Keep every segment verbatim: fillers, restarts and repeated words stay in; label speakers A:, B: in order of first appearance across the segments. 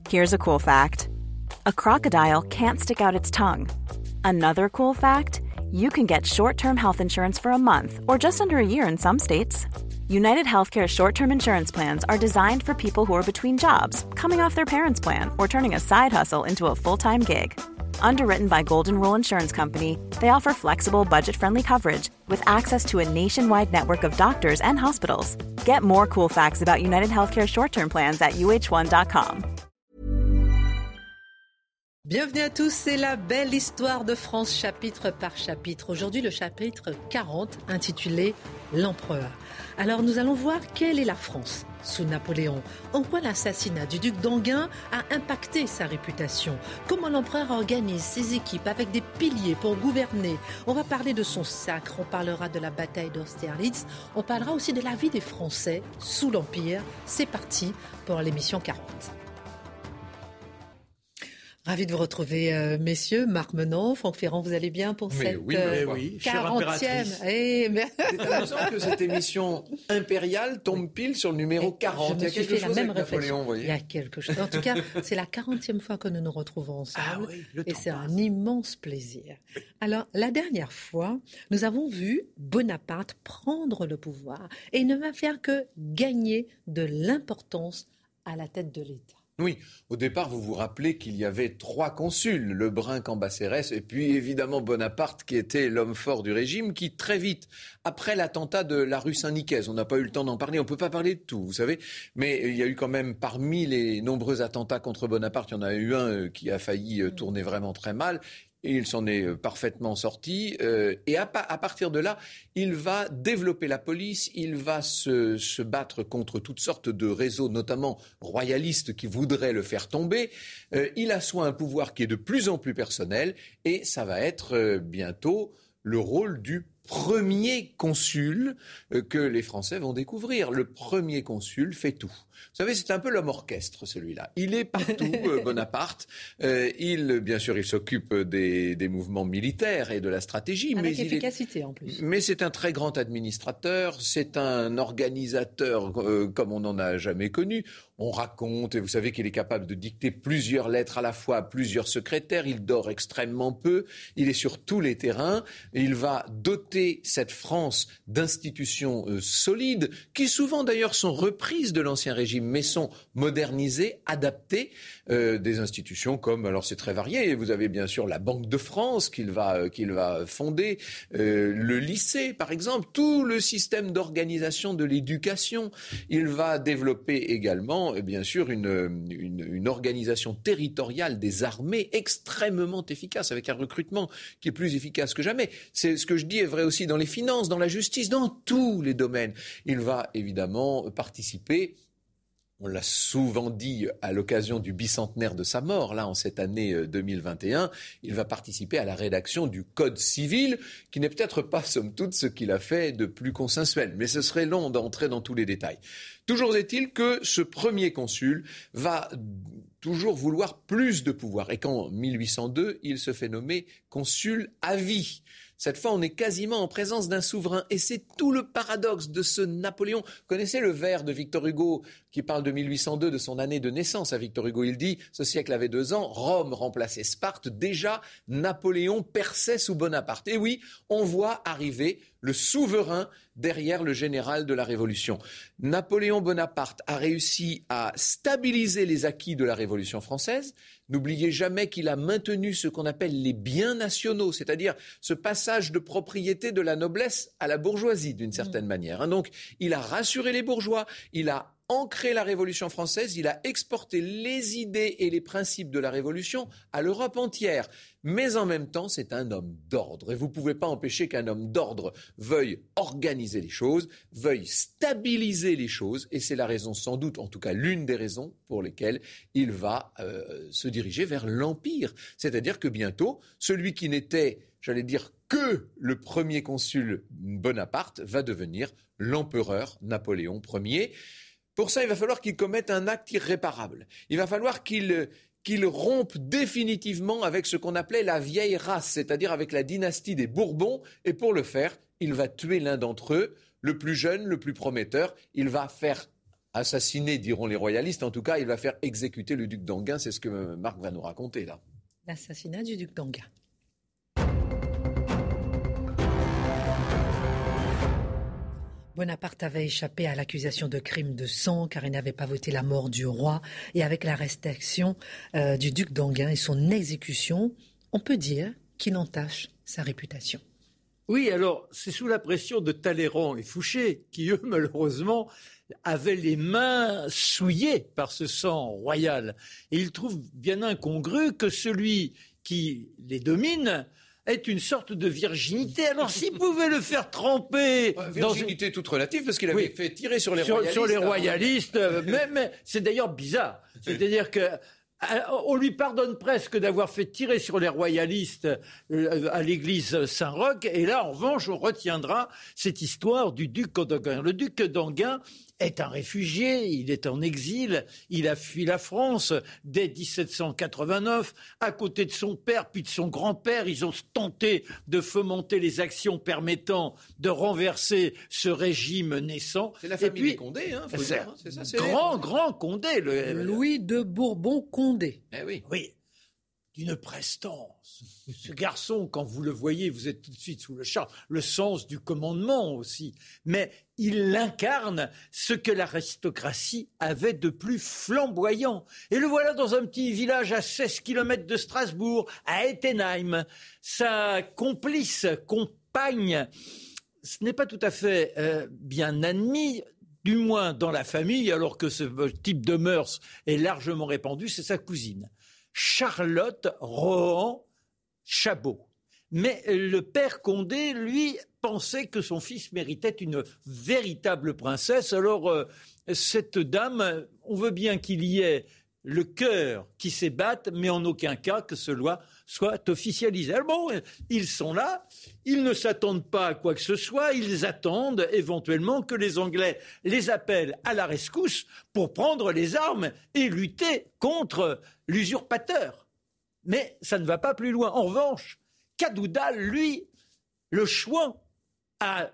A: Here's a cool fact. A crocodile can't stick out its tongue. Another cool fact, you can get short-term health insurance for a month or just under a year in some states. United Healthcare short-term insurance plans are designed for people who are between jobs, coming off their parents' plan, or turning a side hustle into a full-time gig. Underwritten by Golden Rule Insurance Company, they offer flexible, budget-friendly coverage with access to a nationwide network of doctors and hospitals. Get more cool facts about United Healthcare short-term plans at U H one dot com.
B: Bienvenue à tous, c'est la belle histoire de France chapitre par chapitre. Aujourd'hui, le chapitre quarante intitulé « L'Empereur ». Alors nous allons voir quelle est la France sous Napoléon. En quoi l'assassinat du duc d'Enghien a impacté sa réputation. Comment l'empereur organise ses équipes avec des piliers pour gouverner. On va parler de son sacre, on parlera de la bataille d'Austerlitz. On parlera aussi de la vie des Français sous l'Empire. C'est parti pour l'émission quarante. Ravi de vous retrouver, euh, messieurs. Marc Menon, Franck Ferrand, vous allez bien pour
C: mais
B: cette
C: oui,
B: euh,
C: oui,
B: quarantième eh, mais...
C: C'est amusant que cette émission impériale tombe pile sur le numéro quarante.
B: Je me
C: Il y a
B: suis
C: quelque
B: fait
C: chose
B: la même
C: avec
B: réflexion.
C: Napoléon, vous voyez.
B: Il y a quelque chose. En tout cas, c'est la quarantième fois que nous nous retrouvons ensemble.
C: Ah oui, le
B: et
C: temps
B: c'est
C: passe.
B: un immense plaisir. Alors, la dernière fois, nous avons vu Bonaparte prendre le pouvoir et il ne va faire que gagner de l'importance à la tête de l'État.
C: Oui, au départ, vous vous rappelez qu'il y avait trois consuls, Lebrun, Cambacérès et puis évidemment Bonaparte qui était l'homme fort du régime qui très vite, après l'attentat de la rue Saint-Nicaise, on n'a pas eu le temps d'en parler, on ne peut pas parler de tout, vous savez, mais il y a eu quand même parmi les nombreux attentats contre Bonaparte, il y en a eu un qui a failli tourner vraiment très mal. Et il s'en est parfaitement sorti. Euh, et à, à partir de là, il va développer la police, il va se, se battre contre toutes sortes de réseaux, notamment royalistes, qui voudraient le faire tomber. Euh, il assoit un pouvoir qui est de plus en plus personnel. Et ça va être euh, bientôt le rôle du premier consul euh, que les Français vont découvrir. Le premier consul fait tout. Vous savez, c'est un peu l'homme orchestre, celui-là. Il est partout, euh, Bonaparte. Euh, il, bien sûr, il s'occupe des, des mouvements militaires et de la stratégie.
B: Avec
C: mais
B: efficacité,
C: il est...
B: en plus.
C: Mais c'est un très grand administrateur. C'est un organisateur euh, comme on n'en a jamais connu. On raconte, et vous savez qu'il est capable de dicter plusieurs lettres à la fois à plusieurs secrétaires. Il dort extrêmement peu. Il est sur tous les terrains. Et il va doter cette France d'institutions euh, solides, qui souvent d'ailleurs sont reprises de l'ancien régime, mais sont modernisées, adaptées. Euh, des institutions comme, alors c'est très varié, vous avez bien sûr la Banque de France qu'il va, euh, qu'il va fonder, euh, le lycée par exemple, tout le système d'organisation de l'éducation. Il va développer également, euh, bien sûr, une, une, une organisation territoriale des armées extrêmement efficace, avec un recrutement qui est plus efficace que jamais. C'est, ce que je dis est vrai aussi dans les finances, dans la justice, dans tous les domaines. Il va évidemment participer. On l'a souvent dit à l'occasion du bicentenaire de sa mort, là, en cette année deux mille vingt et un, il va participer à la rédaction du Code civil, qui n'est peut-être pas, somme toute, ce qu'il a fait de plus consensuel. Mais ce serait long d'entrer dans tous les détails. Toujours est-il que ce premier consul va toujours vouloir plus de pouvoir. Et qu'en mille huit cent deux, il se fait nommer consul à vie. Cette fois, on est quasiment en présence d'un souverain. Et c'est tout le paradoxe de ce Napoléon. Vous connaissez le vers de Victor Hugo qui parle de mille huit cent deux, de son année de naissance à Victor Hugo. Il dit, ce siècle avait deux ans, Rome remplaçait Sparte. Déjà, Napoléon perçait sous Bonaparte. Et oui, on voit arriver le souverain derrière le général de la Révolution. Napoléon Bonaparte a réussi à stabiliser les acquis de la Révolution française. N'oubliez jamais qu'il a maintenu ce qu'on appelle les biens nationaux, c'est-à-dire ce passage de propriété de la noblesse à la bourgeoisie, d'une certaine mmh. manière. Donc, il a rassuré les bourgeois, il a ancré la Révolution française, il a exporté les idées et les principes de la Révolution à l'Europe entière. Mais en même temps, c'est un homme d'ordre. Et vous ne pouvez pas empêcher qu'un homme d'ordre veuille organiser les choses, veuille stabiliser les choses. Et c'est la raison, sans doute, en tout cas l'une des raisons pour lesquelles il va euh, se diriger vers l'Empire. C'est-à-dire que bientôt, celui qui n'était, j'allais dire, que le premier consul Bonaparte va devenir l'empereur Napoléon Ier. Pour ça, il va falloir qu'il commette un acte irréparable. Il va falloir qu'il, qu'il rompe définitivement avec ce qu'on appelait la vieille race, c'est-à-dire avec la dynastie des Bourbons. Et pour le faire, il va tuer l'un d'entre eux, le plus jeune, le plus prometteur. Il va faire assassiner, diront les royalistes. En tout cas, il va faire exécuter le duc d'Enghien. C'est ce que Marc va nous raconter là.
B: L'assassinat du duc d'Enghien. Bonaparte avait échappé à l'accusation de crime de sang car il n'avait pas voté la mort du roi. Et avec l'arrestation euh, du duc d'Enghien et son exécution, on peut dire qu'il entache sa réputation.
D: Oui, alors c'est sous la pression de Talleyrand et Fouché qui, eux, malheureusement, avaient les mains souillées par ce sang royal. Et ils trouvent bien incongru que celui qui les domine est une sorte de virginité. Alors s'il pouvait le faire tremper...
C: Ouais, virginité
D: dans une...
C: toute relative, parce qu'il avait oui. fait tirer sur les
D: sur,
C: royalistes.
D: Sur les royalistes, hein. mais, mais c'est d'ailleurs bizarre. C'est-à-dire que on lui pardonne presque d'avoir fait tirer sur les royalistes à l'église Saint-Roch, et là, en revanche, on retiendra cette histoire du duc d'Enghien. Le duc d'Enghien est un réfugié, il est en exil, il a fui la France dès dix-sept cent quatre-vingt-neuf, à côté de son père puis de son grand-père, ils ont tenté de fomenter les actions permettant de renverser ce régime naissant.
C: C'est la famille
D: puis,
C: des Condé, hein, faut
D: c'est
C: dire, hein, c'est ça, c'est
D: grand,
C: les...
D: grand Condé. Le...
B: Louis de Bourbon-Condé.
C: Eh oui.
D: Oui. D'une prestance. Ce garçon, quand vous le voyez, vous êtes tout de suite sous le charme. Le sens du commandement aussi. Mais il incarne ce que l'aristocratie avait de plus flamboyant. Et le voilà dans un petit village à seize kilomètres de Strasbourg, à Ettenheim. Sa complice, compagne, ce n'est pas tout à fait euh, bien admis, du moins dans la famille, alors que ce type de mœurs est largement répandu, c'est sa cousine. Charlotte Rohan Chabot. Mais le père Condé, lui, pensait que son fils méritait une véritable princesse. Alors, euh, cette dame, on veut bien qu'il y ait le cœur qui s'ébatte, mais en aucun cas que cela soit officialisé. Alors bon, ils sont là, ils ne s'attendent pas à quoi que ce soit, ils attendent éventuellement que les Anglais les appellent à la rescousse pour prendre les armes et lutter contre l'usurpateur. Mais ça ne va pas plus loin. En revanche, Cadoudal, lui, le Chouan, a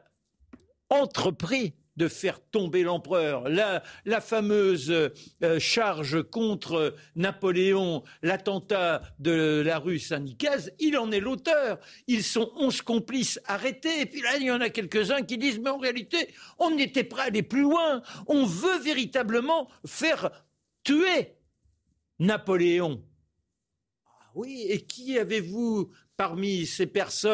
D: entrepris de faire tomber l'empereur. La, la fameuse euh, charge contre Napoléon, l'attentat de la rue Saint-Nicaise, il en est l'auteur. Ils sont onze complices arrêtés. Et puis là, il y en a quelques-uns qui disent « Mais en réalité, on était prêt à aller plus loin. On veut véritablement faire tuer Napoléon. » Ah oui, et qui avez-vous parmi ces personnes ?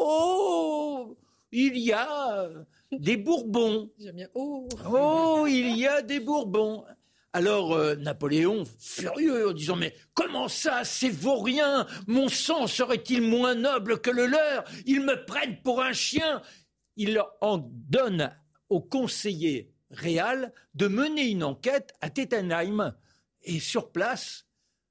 D: Oh, il y a des Bourbons.
B: J'aime bien. Oh.
D: Oh, il y a des Bourbons. Alors euh, Napoléon, furieux, en disant « Mais comment ça, c'est vaurien ? Mon sang serait-il moins noble que le leur ? Ils me prennent pour un chien !» Il en donne au conseiller réal de mener une enquête à Ettenheim. Et sur place,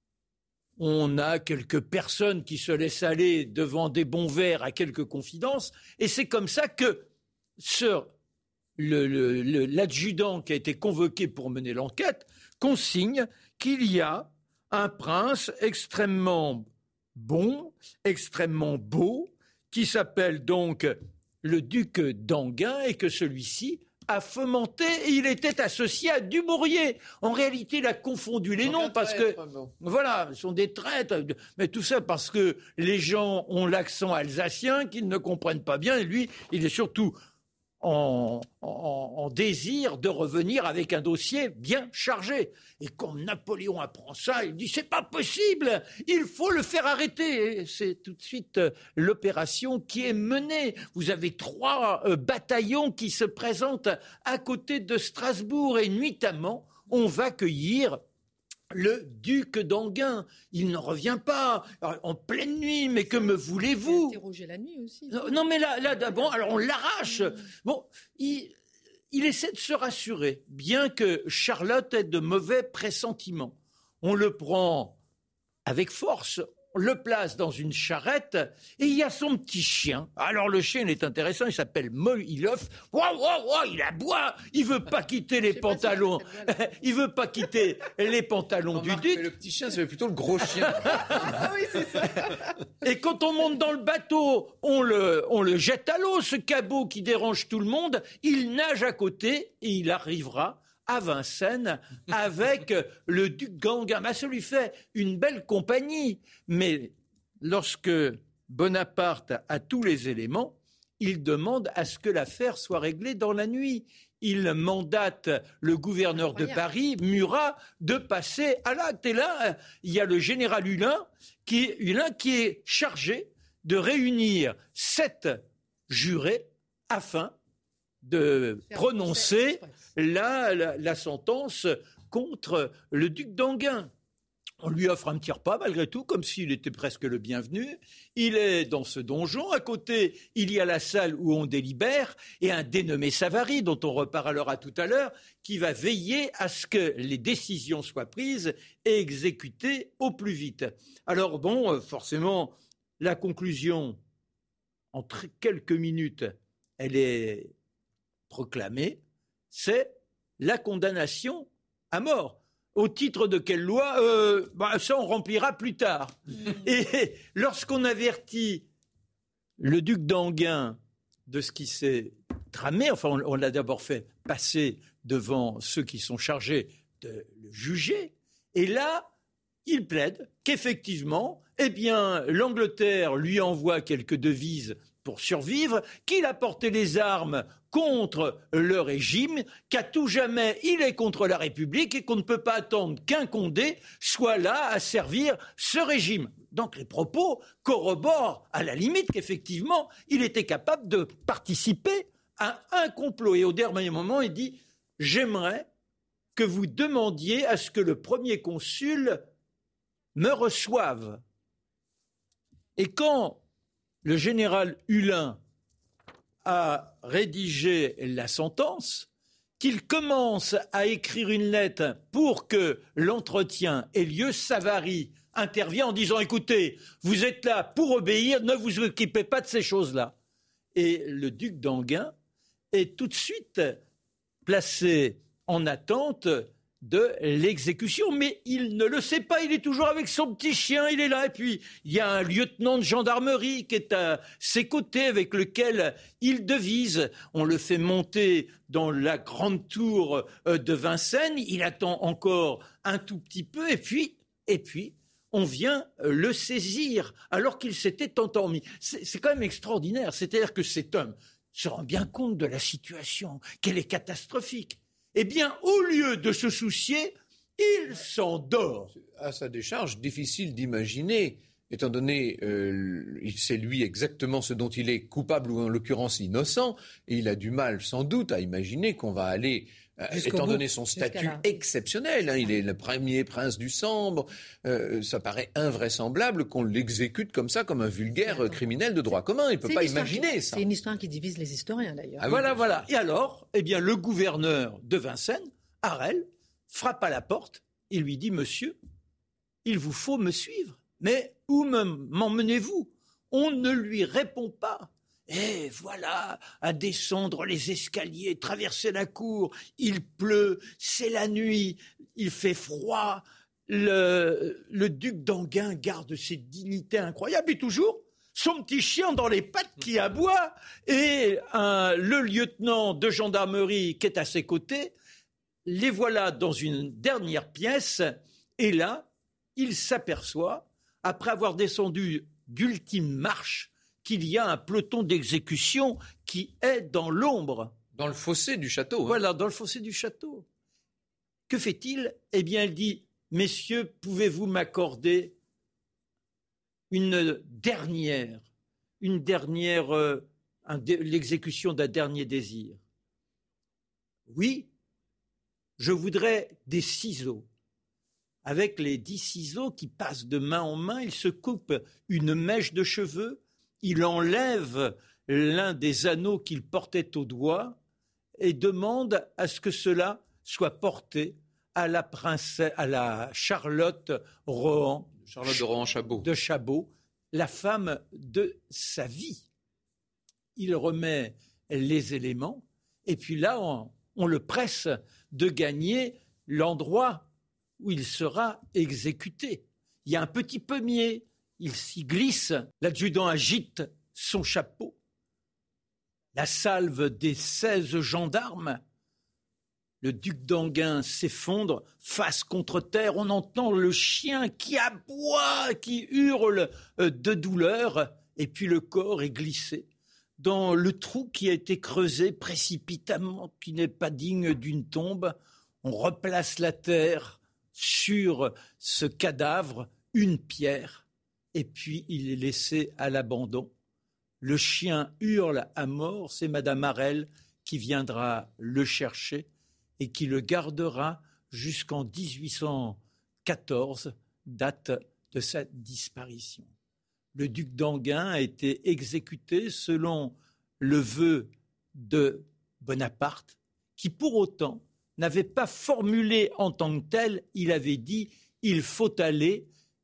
D: on a quelques personnes qui se laissent aller devant des bons verres à quelques confidences. Et c'est comme ça que ce, le, le, le, l'adjudant qui a été convoqué pour mener l'enquête consigne qu'il y a un prince extrêmement bon, extrêmement beau, qui s'appelle donc le duc d'Enghien et que celui-ci a fomenté et il était associé à Dumouriez. En réalité, il a confondu les noms parce que, voilà, ce sont des traîtres, mais tout ça parce que les gens ont l'accent alsacien qu'ils ne comprennent pas bien et lui, il est surtout en, en, en désir de revenir avec un dossier bien chargé. Et quand Napoléon apprend ça, il dit « c'est pas possible, il faut le faire arrêter ». Et c'est tout de suite l'opération qui est menée. Vous avez trois euh, bataillons qui se présentent à côté de Strasbourg et nuitamment, on va cueillir le duc d'Enghien. Il ne revient pas en pleine nuit, mais que me voulez-vous ?
B: Interroger la nuit aussi.
D: Non, non mais là, là bon, alors on l'arrache. Bon, il, il essaie de se rassurer, bien que Charlotte ait de mauvais pressentiments. On le prend avec force, on le place dans une charrette et il y a son petit chien. Alors le chien il est intéressant, il s'appelle Moïlof. Ouah, ouah, ouah, il aboie, il veut pas quitter les pantalons, il veut pas quitter les pantalons non, du Marc, duc.
C: Mais le petit chien, c'est plutôt le gros chien.
B: Ah oui, c'est ça.
D: Et quand on monte dans le bateau, on le, on le jette à l'eau, ce cabot qui dérange tout le monde. Il nage à côté et il arrivera à Vincennes avec le duc d'Enghien. Ben, ça lui fait une belle compagnie. Mais lorsque Bonaparte a tous les éléments, il demande à ce que l'affaire soit réglée dans la nuit. Il mandate le gouverneur de Paris, Murat, de passer à l'acte. Et là, il y a le général Hulin qui, Hulin qui est chargé de réunir sept jurés afin de prononcer la, la, la sentence contre le duc d'Enghien. On lui offre un petit repas, malgré tout, comme s'il était presque le bienvenu. Il est dans ce donjon. À côté, il y a la salle où on délibère et un dénommé Savary, dont on reparlera tout à l'heure, qui va veiller à ce que les décisions soient prises et exécutées au plus vite. Alors bon, forcément, la conclusion, en très quelques minutes, elle est proclamée, c'est la condamnation à mort. Au titre de quelle loi euh, bah, ça, on remplira plus tard. Mmh. Et lorsqu'on avertit le duc d'Enghien de ce qui s'est tramé, enfin, on, on l'a d'abord fait passer devant ceux qui sont chargés de le juger, et là, il plaide qu'effectivement, eh bien, l'Angleterre lui envoie quelques devises pour survivre, qu'il a porté les armes contre le régime, qu'à tout jamais il est contre la République et qu'on ne peut pas attendre qu'un Condé soit là à servir ce régime. Donc les propos corroborent à la limite qu'effectivement il était capable de participer à un complot. Et au dernier moment, il dit « J'aimerais que vous demandiez à ce que le premier consul me reçoive. » Et quand le général Hulin a rédigé la sentence, qu'il commence à écrire une lettre pour que l'entretien ait lieu, Savary intervient en disant « Écoutez, vous êtes là pour obéir, ne vous occupez pas de ces choses-là. » Et le duc d'Enghien est tout de suite placé en attente de l'exécution, mais il ne le sait pas, il est toujours avec son petit chien, il est là, et puis il y a un lieutenant de gendarmerie qui est à ses côtés avec lequel il devise, on le fait monter dans la grande tour de Vincennes, il attend encore un tout petit peu, et puis, et puis on vient le saisir alors qu'il s'était endormi. C'est, c'est quand même extraordinaire, c'est-à-dire que cet homme se rend bien compte de la situation, qu'elle est catastrophique. Eh bien, au lieu de se soucier, il s'endort.
C: À sa décharge, difficile d'imaginer, étant donné euh, c'est lui exactement ce dont il est coupable ou en l'occurrence innocent, et il a du mal sans doute à imaginer qu'on va aller, euh, étant bout, donné son statut exceptionnel, hein, il est le premier prince du Sambre, euh, ça paraît invraisemblable qu'on l'exécute comme ça, comme un vulgaire Attends. criminel de droit commun. Il ne peut pas imaginer
B: qui,
C: ça.
B: C'est une histoire qui divise les historiens d'ailleurs.
D: Ah oui, voilà, voilà. Et alors, eh bien, le gouverneur de Vincennes, Harel, frappe à la porte et lui dit « Monsieur, il vous faut me suivre. Mais où m'emmenez-vous » On ne lui répond pas. Et voilà, à descendre les escaliers, traverser la cour, il pleut, c'est la nuit, il fait froid. Le, le duc d'Enghien garde ses dignités incroyables et toujours son petit chien dans les pattes qui aboie. Et un, le lieutenant de gendarmerie qui est à ses côtés, les voilà dans une dernière pièce. Et là, il s'aperçoit, après avoir descendu d'ultime marche, qu'il y a un peloton d'exécution qui est dans l'ombre.
C: Dans le fossé du château. Hein.
D: Voilà, dans le fossé du château. Que fait-il ? Eh bien, il dit « Messieurs, pouvez-vous m'accorder une dernière, une dernière, euh, un dé, l'exécution d'un dernier désir ? Oui, je voudrais des ciseaux. » Avec les dix ciseaux qui passent de main en main, il se coupe une mèche de cheveux, il enlève l'un des anneaux qu'il portait au doigt et demande à ce que cela soit porté à la princesse, à la Charlotte Rohan,
C: Charlotte de Rohan-Chabot,
D: de Chabot, la femme de sa vie. Il remet les éléments et puis là, on, on le presse de gagner l'endroit où il sera exécuté. Il y a un petit pommier, il s'y glisse, l'adjudant agite son chapeau. La salve des seize gendarmes Le duc d'Enghien s'effondre face contre terre. On entend le chien qui aboie, qui hurle de douleur. Et puis le corps est glissé dans le trou qui a été creusé précipitamment, qui n'est pas digne d'une tombe. On replace la terre sur ce cadavre, une pierre, et puis il est laissé à l'abandon. Le chien hurle à mort, c'est Madame Harel qui viendra le chercher et qui le gardera jusqu'en dix-huit cent quatorze, date de sa disparition. Le duc d'Enghien a été exécuté selon le vœu de Bonaparte, qui pour autant n'avait pas formulé en tant que tel, il avait dit « il faut aller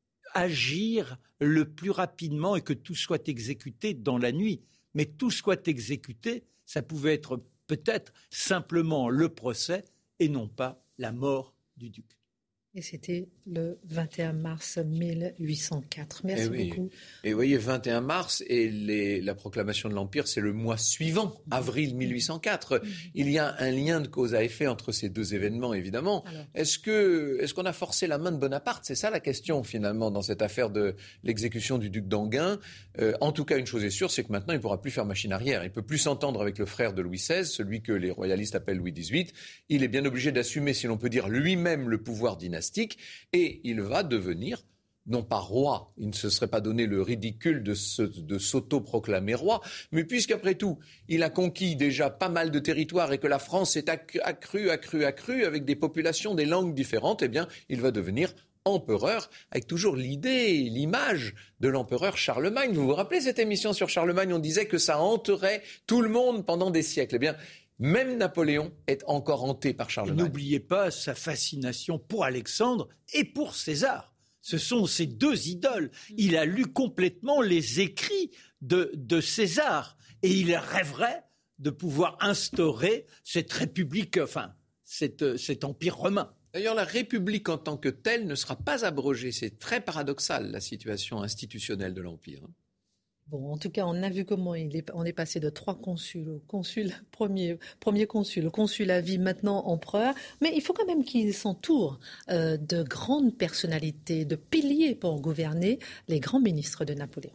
D: agir le plus rapidement et que tout soit exécuté dans la nuit ». Mais tout soit exécuté, ça pouvait être peut-être simplement le procès et non pas la mort du duc.
B: Et c'était le vingt et un mars mille huit cent quatre. Merci
C: et oui.
B: beaucoup.
C: Et vous voyez, vingt et un mars et les, la proclamation de l'Empire, c'est le mois suivant, avril mille huit cent quatre. Il y a un lien de cause à effet entre ces deux événements, évidemment. Alors. Est-ce que, est-ce qu'on a forcé la main de Bonaparte ? C'est ça la question, finalement, dans cette affaire de l'exécution du duc d'Enghien. Euh, en tout cas, une chose est sûre, c'est que maintenant, il ne pourra plus faire machine arrière. Il ne peut plus s'entendre avec le frère de Louis seize, celui que les royalistes appellent Louis dix-huit. Il est bien obligé d'assumer, si l'on peut dire, lui-même le pouvoir dynastique. Et il va devenir, non pas roi, il ne se serait pas donné le ridicule de, se, de s'auto-proclamer roi, mais puisqu'après tout, il a conquis déjà pas mal de territoires et que la France est accrue, accrue, accrue, avec des populations, des langues différentes, eh bien, il va devenir empereur, avec toujours l'idée, l'image de l'empereur Charlemagne. Vous vous rappelez cette émission sur Charlemagne ? On disait que ça hanterait tout le monde pendant des siècles. Eh bien, même Napoléon est encore hanté par Charlemagne.
D: Et n'oubliez pas sa fascination pour Alexandre et pour César. Ce sont ses deux idoles. Il a lu complètement les écrits de, de César et il rêverait de pouvoir instaurer cette république, enfin, cette, cet empire romain.
C: D'ailleurs, la République en tant que telle ne sera pas abrogée. C'est très paradoxal, la situation institutionnelle de l'Empire.
B: Bon, en tout cas, on a vu comment il est, on est passé de trois consuls au consul, premier, premier consul, au consul à vie, maintenant empereur. Mais il faut quand même qu'il s'entoure euh, de grandes personnalités, de piliers pour gouverner, les grands ministres de Napoléon.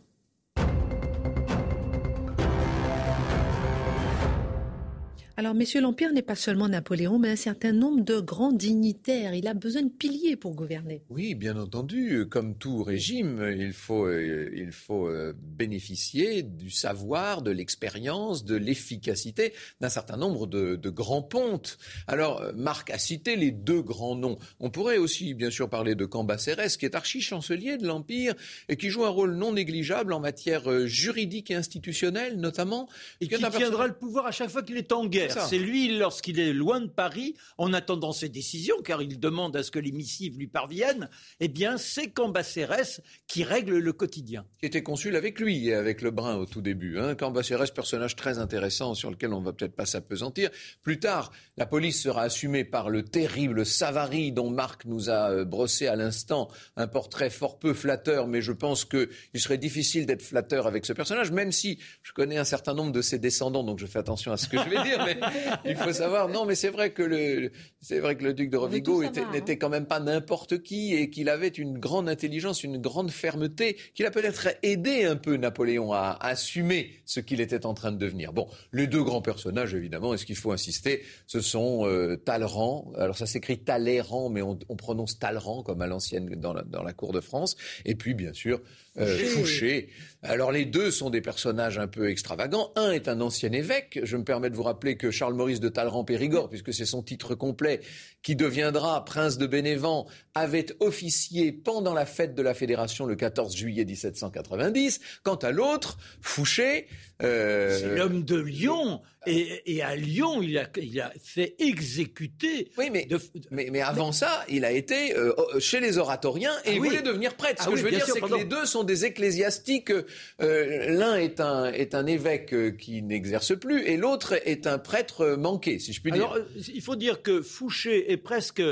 B: Alors, messieurs, l'Empire n'est pas seulement Napoléon, mais un certain nombre de grands dignitaires. Il a besoin de piliers pour gouverner.
C: Oui, bien entendu. Comme tout régime, il faut, euh, il faut euh, bénéficier du savoir, de l'expérience, de l'efficacité d'un certain nombre de, de grands pontes. Alors, Marc a cité les deux grands noms. On pourrait aussi, bien sûr, parler de Cambacérès, qui est archi-chancelier de l'Empire et qui joue un rôle non négligeable en matière juridique et institutionnelle, notamment.
D: Et qui tiendra personne... le pouvoir à chaque fois qu'il est en guerre. C'est, c'est lui, lorsqu'il est loin de Paris, en attendant ses décisions, car il demande à ce que les missives lui parviennent, eh bien, c'est Cambacérès qui règle le quotidien.
C: Qui était consul avec lui et avec Lebrun au tout début. Hein. Cambacérès, personnage très intéressant sur lequel on ne va peut-être pas s'appesantir. Plus tard, la police sera assumée par le terrible Savary, dont Marc nous a brossé à l'instant un portrait fort peu flatteur, mais je pense qu'il serait difficile d'être flatteur avec ce personnage, même si je connais un certain nombre de ses descendants, donc je fais attention à ce que je vais dire, mais il faut savoir, non, mais c'est vrai que le, c'est vrai que le duc de Rovigo était, hein. n'était quand même pas n'importe qui et qu'il avait une grande intelligence, une grande fermeté, qu'il a peut-être aidé un peu Napoléon à, à assumer ce qu'il était en train de devenir. Bon, les deux grands personnages, évidemment, est-ce qu'il faut insister, ce sont euh, Talleyrand, alors ça s'écrit Talleyrand, mais on, on prononce Talleyrand comme à l'ancienne dans la, dans la cour de France, et puis bien sûr euh, Fouché. Alors les deux sont des personnages un peu extravagants. Un est un ancien évêque, je me permets de vous rappeler que Charles-Maurice de Talleyrand-Périgord, puisque c'est son titre complet, qui deviendra prince de Bénévent, avait officié pendant la fête de la Fédération le quatorze juillet dix-sept cent quatre-vingt-dix. Quant à l'autre, Fouché...
D: Euh... C'est l'homme de Lyon. Et, et à Lyon, il a, il a fait exécuter...
C: Oui, mais, de... mais, mais avant mais... ça, il a été euh, chez les oratoriens et ah, il oui. voulait devenir prêtre. Ce ah, que oui, je veux dire, sûr, c'est pardon. que les deux sont des ecclésiastiques. Euh, l'un est un, est un évêque qui n'exerce plus et l'autre est un prêtre manqué, si je puis dire.
D: Alors, il faut dire que Fouché est presque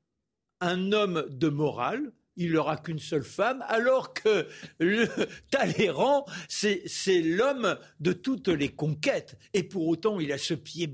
D: un homme de morale. Il n'aura qu'une seule femme, alors que le Talleyrand, c'est, c'est l'homme de toutes les conquêtes. Et pour autant, il a ce pied beau,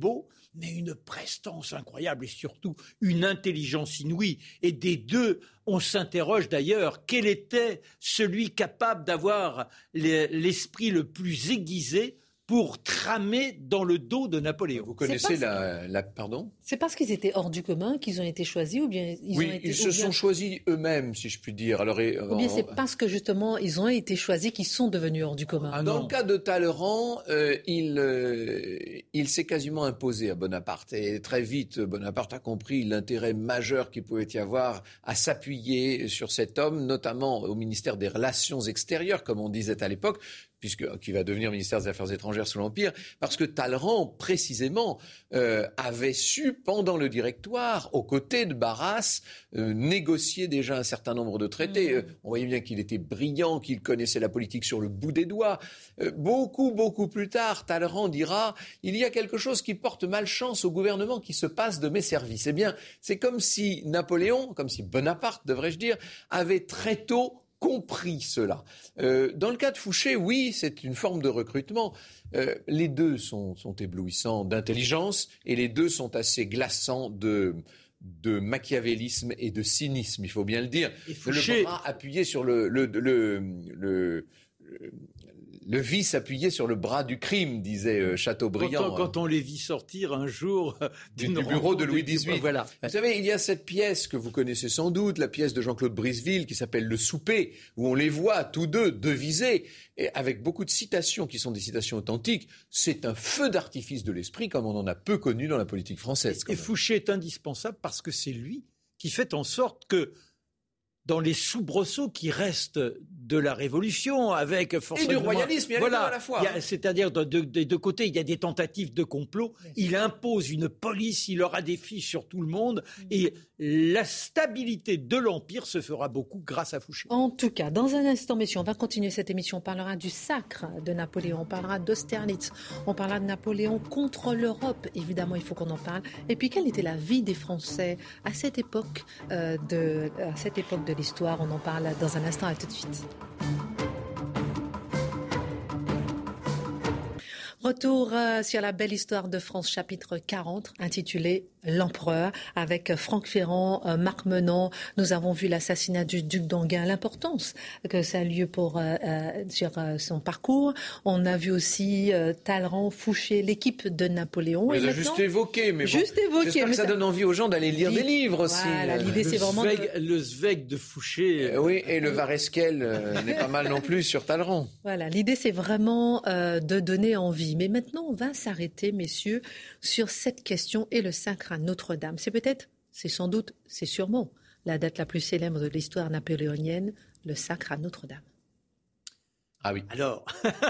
D: mais une prestance incroyable et surtout une intelligence inouïe. Et des deux, on s'interroge d'ailleurs, quel était celui capable d'avoir l'esprit le plus aiguisé pour tramer dans le dos de Napoléon.
C: Vous connaissez la, la... Pardon ?
B: C'est parce qu'ils étaient hors du commun qu'ils ont été choisis ou bien ils
C: oui,
B: ont été...
C: ils se
B: bien...
C: sont choisis eux-mêmes, si je puis dire. Alors, et,
B: ou bien
C: on...
B: c'est parce que justement ils ont été choisis qu'ils sont devenus hors du commun.
C: Ah, dans le cas de Talleyrand, euh, il, euh, il s'est quasiment imposé à Bonaparte. Et très vite, Bonaparte a compris l'intérêt majeur qu'il pouvait y avoir à s'appuyer sur cet homme, notamment au ministère des Relations extérieures, comme on disait à l'époque, puisque qui va devenir ministère des Affaires étrangères sous l'Empire, parce que Talleyrand, précisément, euh, avait su, pendant le Directoire, aux côtés de Barras, euh, négocier déjà un certain nombre de traités. Mmh. Euh, on voyait bien qu'il était brillant, qu'il connaissait la politique sur le bout des doigts. Euh, beaucoup, beaucoup plus tard, Talleyrand dira « Il y a quelque chose qui porte malchance au gouvernement qui se passe de mes services. » Eh bien, c'est comme si Napoléon, comme si Bonaparte, devrais-je dire, avait très tôt compris cela. Euh, dans le cas de Fouché, oui, c'est une forme de recrutement. Euh, les deux sont, sont éblouissants d'intelligence et les deux sont assez glaçants de, de machiavélisme et de cynisme, il faut bien le dire. Et Fouché... Le bras appuyé sur le... le, le, le, le, le Le vice appuyé sur le bras du crime, disait euh, Chateaubriand.
D: Quand on, quand on les vit sortir un jour euh,
C: du, du bureau de Louis dix-huit.
D: Voilà.
C: Vous savez, il y a cette pièce que vous connaissez sans doute, la pièce de Jean-Claude Briseville qui s'appelle Le Souper, où on les voit tous deux devisés, et avec beaucoup de citations qui sont des citations authentiques. C'est un feu d'artifice de l'esprit comme on en a peu connu dans la politique française.
D: Et Fouché est indispensable parce que c'est lui qui fait en sorte que dans les soubresauts qui restent de la Révolution, avec forcément...
C: Et du royalisme, il y a
D: voilà,
C: les deux à la fois.
D: Il y a, c'est-à-dire de, de, des deux côtés, il y a des tentatives de complot. Il impose une police, il aura des fiches sur tout le monde. Mmh. Et la stabilité de l'Empire se fera beaucoup grâce à Fouché.
B: En tout cas, dans un instant, messieurs, on va continuer cette émission. On parlera du sacre de Napoléon, on parlera d'Austerlitz, on parlera de Napoléon contre l'Europe. Évidemment, il faut qu'on en parle. Et puis, quelle était la vie des Français à cette époque, euh, de, à cette époque de l'histoire? On en parle dans un instant. À tout de suite. Retour euh, sur la belle histoire de France, chapitre quarante, intitulé L'Empereur, avec Franck Ferrand, euh, Marc Menant. Nous avons vu l'assassinat du duc d'Enghien, l'importance que ça a lieu pour, euh, euh, sur euh, son parcours. On a vu aussi euh, Talleyrand, Fouché, l'équipe de Napoléon.
C: On les a juste évoqués, mais
B: juste
C: bon,
B: évoqué,
C: j'espère
B: mais
C: que ça, ça donne envie aux gens d'aller lire des livres aussi.
B: Voilà, l'idée,
D: le
B: c'est vraiment
D: Zweig,
B: de...
D: le Zweig de Fouché.
C: Euh, oui, et le Vareskel euh, n'est pas mal non plus sur Talleyrand.
B: Voilà, l'idée, c'est vraiment euh, de donner envie. Mais maintenant, on va s'arrêter, messieurs, sur cette question et le sacre à Notre-Dame. C'est peut-être, c'est sans doute, c'est sûrement la date la plus célèbre de l'histoire napoléonienne, le sacre à Notre-Dame.
C: Ah oui.
D: Alors,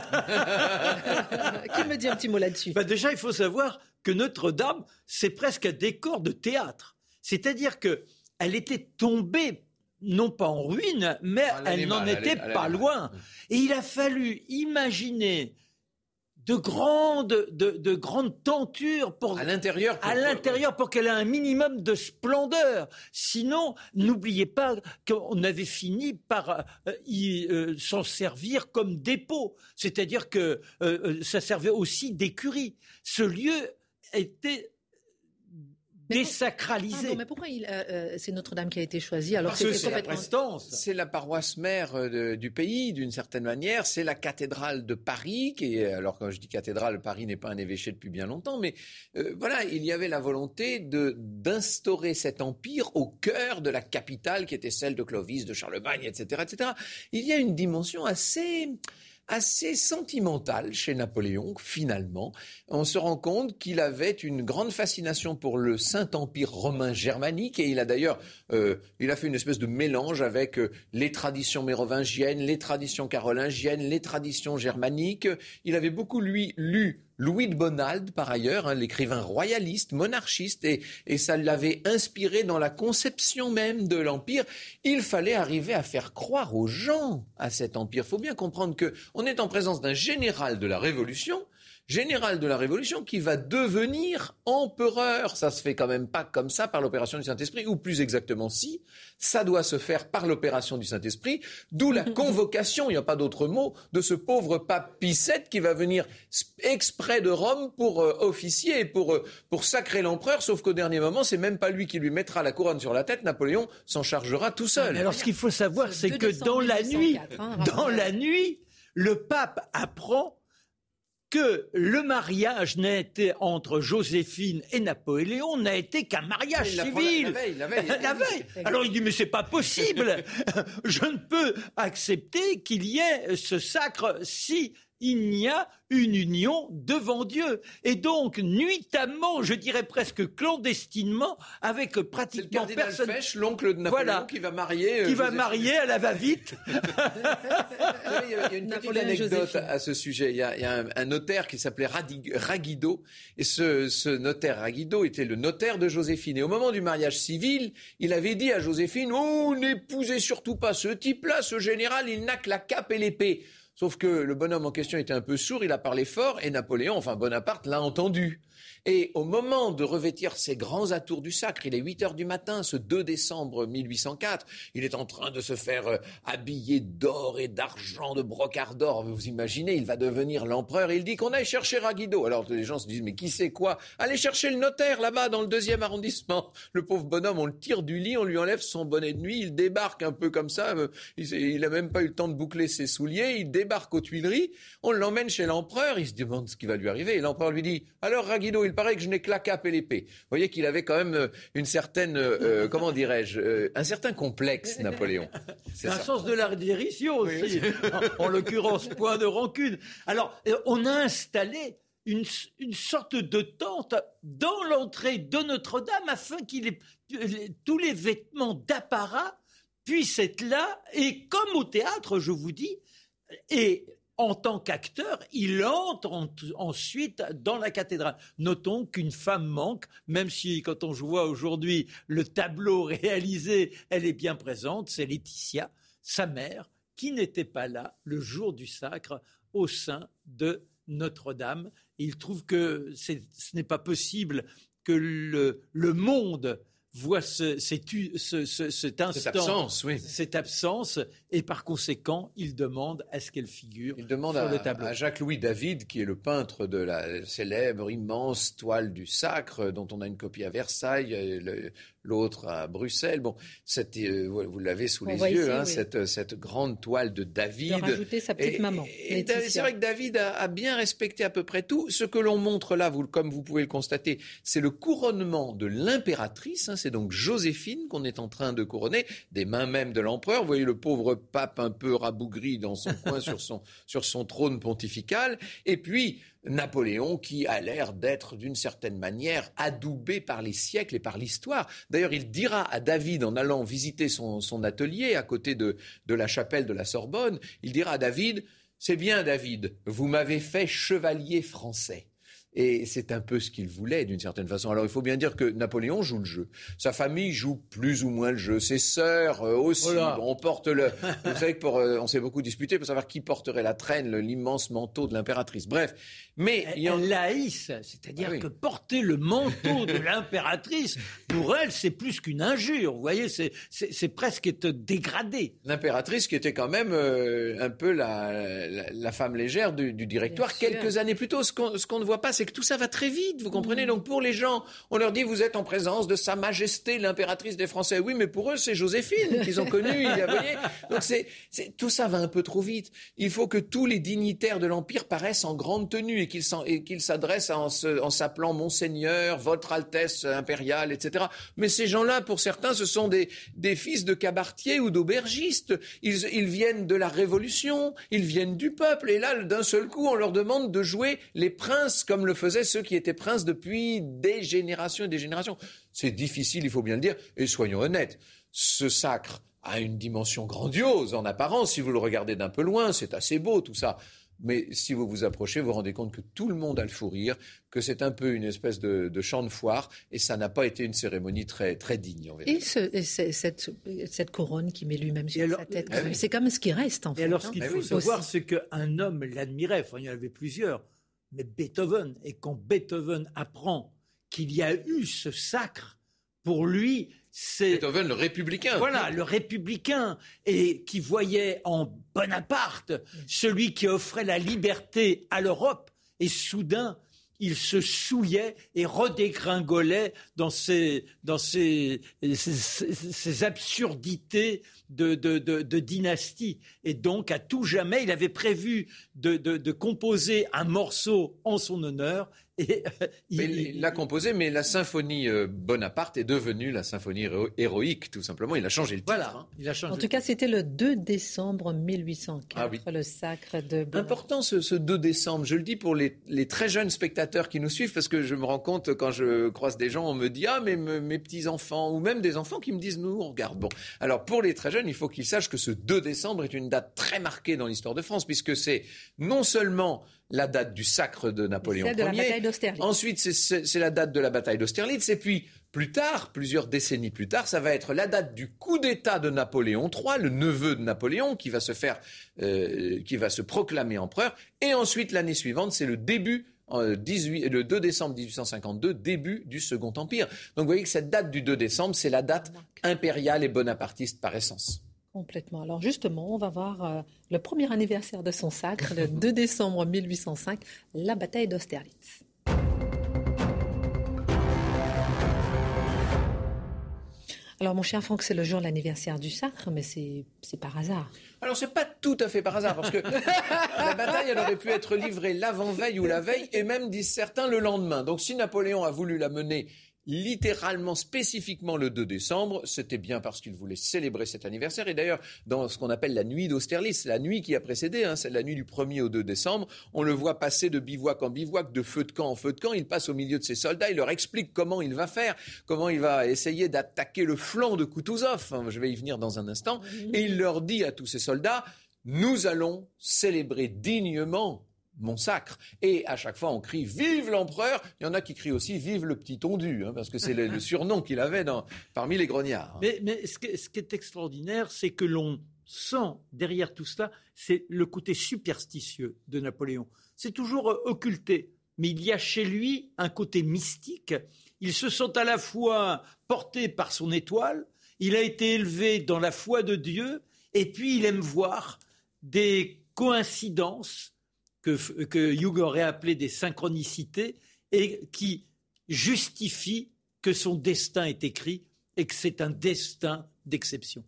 B: qui me dit un petit mot là-dessus?
D: Bah déjà, il faut savoir que Notre-Dame, c'est presque un décor de théâtre. C'est-à-dire que elle était tombée, non pas en ruine, mais ah, elle n'en mal, était elle, pas elle, loin. Elle, Et il a fallu imaginer de grandes, de, de grandes tentures pour,
C: à l'intérieur, pour,
D: à l'intérieur pour qu'elle ait un minimum de splendeur. Sinon, n'oubliez pas qu'on avait fini par euh, y, euh, s'en servir comme dépôt. C'est-à-dire que euh, ça servait aussi d'écurie. Ce lieu était désacralisé.
B: Pardon, mais pourquoi il, euh, c'est Notre-Dame qui a été choisie alors
C: Parce que c'est la prestance. C'est la paroisse mère de, du pays, d'une certaine manière. C'est la cathédrale de Paris, qui est, alors quand je dis cathédrale, Paris n'est pas un évêché depuis bien longtemps, mais euh, voilà, il y avait la volonté de, d'instaurer cet empire au cœur de la capitale qui était celle de Clovis, de Charlemagne, et cetera, et cetera. Il y a une dimension assez... assez sentimental chez Napoléon, finalement. On se rend compte qu'il avait une grande fascination pour le Saint-Empire romain germanique, et il a d'ailleurs euh, il a fait une espèce de mélange avec euh, les traditions mérovingiennes, les traditions carolingiennes, les traditions germaniques. Il avait beaucoup, lui, lu Louis de Bonald, par ailleurs, hein, l'écrivain royaliste, monarchiste, et, et ça l'avait inspiré dans la conception même de l'Empire. Il fallait arriver à faire croire aux gens à cet empire. Il faut bien comprendre qu'on est en présence d'un général de la Révolution général de la Révolution qui va devenir empereur. Ça se fait quand même pas comme ça par l'opération du Saint-Esprit, ou plus exactement si, ça doit se faire par l'opération du Saint-Esprit, d'où la convocation, il n'y a pas d'autre mot, de ce pauvre pape Pie sept qui va venir exprès de Rome pour euh, officier, pour, euh, pour sacrer l'empereur, sauf qu'au dernier moment, c'est même pas lui qui lui mettra la couronne sur la tête, Napoléon s'en chargera tout seul.
D: Alors ce qu'il faut savoir, c'est que dans la nuit, dans la nuit, le pape apprend que le mariage n'a été entre Joséphine et Napoléon n'a été qu'un mariage
C: il
D: civil.
C: La veille, la veille.
D: La veille. Alors il dit mais c'est pas possible. Je ne peux accepter qu'il y ait ce sacre si il n'y a une union devant Dieu. Et donc, nuitamment, je dirais presque clandestinement, avec pratiquement
C: personne...
D: personne...
C: C'est le cardinal Fesch, l'oncle de Napoléon, voilà, qui va marier... Euh,
D: qui va marier à la va-vite.
C: Il y a une petite anecdote à ce sujet. Il y a, il y a un, un notaire qui s'appelait Radig, Raguido, et ce, ce notaire Raguido était le notaire de Joséphine. Et au moment du mariage civil, il avait dit à Joséphine « Oh, n'épousez surtout pas ce type-là, ce général, il n'a que la cape et l'épée ». Sauf que le bonhomme en question était un peu sourd, il a parlé fort, et Napoléon, enfin Bonaparte, l'a entendu. Et au moment de revêtir ses grands atours du sacre, il est huit heures du matin, ce deux décembre mille huit cent quatre, il est en train de se faire euh, habiller d'or et d'argent, de brocart d'or. Vous imaginez, il va devenir l'empereur, et il dit qu'on aille chercher Raguido. Alors les gens se disent, mais qui c'est quoi ? Allez chercher le notaire là-bas, dans le deuxième arrondissement. Le pauvre bonhomme, on le tire du lit, on lui enlève son bonnet de nuit, il débarque un peu comme ça, euh, il n'a même pas eu le temps de boucler ses souliers, il débarque aux Tuileries, on l'emmène chez l'empereur, il se demande ce qui va lui arriver, et l'empereur lui dit, alors Raguido, il paraît que je n'ai que la cape et l'épée. Vous voyez qu'il avait quand même une certaine, euh, comment dirais-je, euh, un certain complexe, Napoléon.
D: C'est un ça. Sens de la dérision aussi, oui, en, en l'occurrence, point de rancune. Alors, on a installé une, une sorte de tente dans l'entrée de Notre-Dame afin qu'il ait, tous les vêtements d'apparat puissent être là, et comme au théâtre, je vous dis, et en tant qu'acteur, il entre en, ensuite dans la cathédrale. Notons qu'une femme manque, même si quand on voit aujourd'hui le tableau réalisé, elle est bien présente, c'est Laetitia, sa mère, qui n'était pas là le jour du sacre au sein de Notre-Dame. Et il trouve que c'est, ce n'est pas possible que le, le monde voit ce, cette, ce, ce, cet instant,
C: cette absence, oui.
D: cette absence, et par conséquent, il demande à ce qu'elle figure
C: il demande
D: sur
C: à,
D: le tableau.
C: à Jacques-Louis David, qui est le peintre de la célèbre, immense toile du Sacre, dont on a une copie à Versailles, le, l'autre à Bruxelles. Bon, cette, euh, vous l'avez sous on les yeux, ici, hein, oui. cette, cette grande toile de David.
B: De rajouter sa petite
C: et,
B: maman.
C: Et, et c'est vrai que David a, a bien respecté à peu près tout. Ce que l'on montre là, vous, comme vous pouvez le constater, c'est le couronnement de l'impératrice, hein, c'est donc Joséphine qu'on est en train de couronner, des mains même de l'empereur. Vous voyez le pauvre pape un peu rabougri dans son coin sur son, sur son trône pontifical. Et puis Napoléon qui a l'air d'être d'une certaine manière adoubé par les siècles et par l'histoire. D'ailleurs, il dira à David en allant visiter son, son atelier à côté de, de la chapelle de la Sorbonne, il dira à David, c'est bien David, vous m'avez fait chevalier français. Et c'est un peu ce qu'il voulait d'une certaine façon. Alors il faut bien dire que Napoléon joue le jeu. Sa famille joue plus ou moins le jeu. Ses sœurs euh, aussi. Voilà. On porte le. Vous savez que pour, euh, on s'est beaucoup disputé pour savoir qui porterait la traîne, le, l'immense manteau de l'impératrice. Bref, mais
D: elle,
C: il y en...
D: elle haïsse, c'est-à-dire ah, oui. que porter le manteau de l'impératrice, pour elle, c'est plus qu'une injure. Vous voyez, c'est, c'est, c'est presque être dégradé.
C: L'impératrice qui était quand même euh, un peu la, la, la femme légère du, du directoire quelques années plus tôt. Ce qu'on, ce qu'on ne voit pas, c'est que tout ça va très vite, vous comprenez ? Donc pour les gens, on leur dit vous êtes en présence de Sa Majesté l'impératrice des Français. Oui, mais pour eux c'est Joséphine qu'ils ont connue. Vous voyez ? Donc c'est, c'est tout ça va un peu trop vite. Il faut que tous les dignitaires de l'empire paraissent en grande tenue et qu'ils, et qu'ils s'adressent en, se, en s'appelant Monseigneur, Votre Altesse impériale, et cetera. Mais ces gens-là, pour certains, ce sont des, des fils de cabaretiers ou d'aubergistes. Ils, ils viennent de la Révolution, ils viennent du peuple. Et là, d'un seul coup, on leur demande de jouer les princes comme le faisaient ceux qui étaient princes depuis des générations et des générations. C'est difficile, il faut bien le dire, et soyons honnêtes, ce sacre a une dimension grandiose en apparence, si vous le regardez d'un peu loin, c'est assez beau tout ça. Mais si vous vous approchez, vous vous rendez compte que tout le monde a le fou rire, que c'est un peu une espèce de, de champ de foire, et ça n'a pas été une cérémonie très, très digne. En
B: et ce, et cette, cette couronne qui met lui-même sur alors, sa tête, ah oui. c'est comme ce qui reste en
D: et
B: fait.
D: alors,
B: hein.
D: ce qu'il faut
B: oui,
D: savoir,
B: aussi.
D: c'est qu'un homme l'admirait, enfin il y en avait plusieurs. mais Beethoven. Et quand Beethoven apprend qu'il y a eu ce sacre, pour lui, c'est...
C: Beethoven, le républicain.
D: Voilà, le républicain, et qui voyait en Bonaparte celui qui offrait la liberté à l'Europe. Et soudain, il se souillait et redégringolait dans ces, dans ces, ces, ces, ces absurdités de, de, de, de dynastie. Et donc, à tout jamais, il avait prévu de, de, de composer un morceau en son honneur. Et, euh, il,
C: il l'a composé, mais la symphonie euh, Bonaparte est devenue la symphonie héro- héroïque, tout simplement. Il a changé le titre.
D: Voilà,
C: hein.
D: il a changé.
B: En tout cas, c'était le deux décembre mille huit cent quatre,
C: Ah oui.
B: le sacre de Bonaparte.
C: Important ce, ce deux décembre, je le dis pour les, les très jeunes spectateurs qui nous suivent, parce que je me rends compte quand je croise des gens, on me dit « Ah, mais me, mes petits-enfants » ou même des enfants qui me disent « Nous, on regarde ». Bon, alors pour les très jeunes, il faut qu'ils sachent que ce deux décembre est une date très marquée dans l'histoire de France, puisque c'est non seulement la date du sacre de Napoléon
B: Celle de la
C: Ier,
B: bataille d'Austerlitz.
C: Ensuite c'est, c'est, c'est la date de la bataille d'Austerlitz, et puis plus tard, plusieurs décennies plus tard, ça va être la date du coup d'État de Napoléon trois, le neveu de Napoléon, qui va se faire, euh, qui va se proclamer empereur, et ensuite l'année suivante, c'est le début euh, dix-huit, le deux décembre dix-huit cent cinquante-deux, début du Second Empire. Donc vous voyez que cette date du deux décembre, c'est la date impériale et bonapartiste par essence.
B: Complètement. Alors justement, on va voir euh, le premier anniversaire de son sacre, le deux décembre mille huit cent cinq, la bataille d'Austerlitz. Alors mon cher Franck, c'est le jour de l'anniversaire du sacre, mais c'est, c'est par hasard.
C: Alors c'est pas tout à fait par hasard, parce que la bataille, elle aurait pu être livrée l'avant-veille ou la veille, et même, disent certains, le lendemain. Donc si Napoléon a voulu la mener littéralement, spécifiquement le deux décembre, c'était bien parce qu'il voulait célébrer cet anniversaire. Et d'ailleurs, dans ce qu'on appelle la nuit d'Austerlitz, la nuit qui a précédé, hein, c'est la nuit du premier au deux décembre, on le voit passer de bivouac en bivouac, de feu de camp en feu de camp. Il passe au milieu de ses soldats, il leur explique comment il va faire, comment il va essayer d'attaquer le flanc de Kutuzov. Je vais y venir dans un instant. Et il leur dit à tous ses soldats, nous allons célébrer dignement mon sacre. Et à chaque fois, on crie « Vive l'empereur !» Il y en a qui crient aussi « Vive le petit tondu hein, !» parce que c'est le, le surnom qu'il avait dans, parmi les grognards. Hein.
D: Mais, mais ce, que, ce qui est extraordinaire, c'est que l'on sent derrière tout cela, c'est le côté superstitieux de Napoléon. C'est toujours euh, occulté, mais il y a chez lui un côté mystique. Il se sent à la fois porté par son étoile, il a été élevé dans la foi de Dieu, et puis il aime voir des coïncidences que, que Jung aurait appelé des synchronicités et qui justifient que son destin est écrit et que c'est un destin d'exception.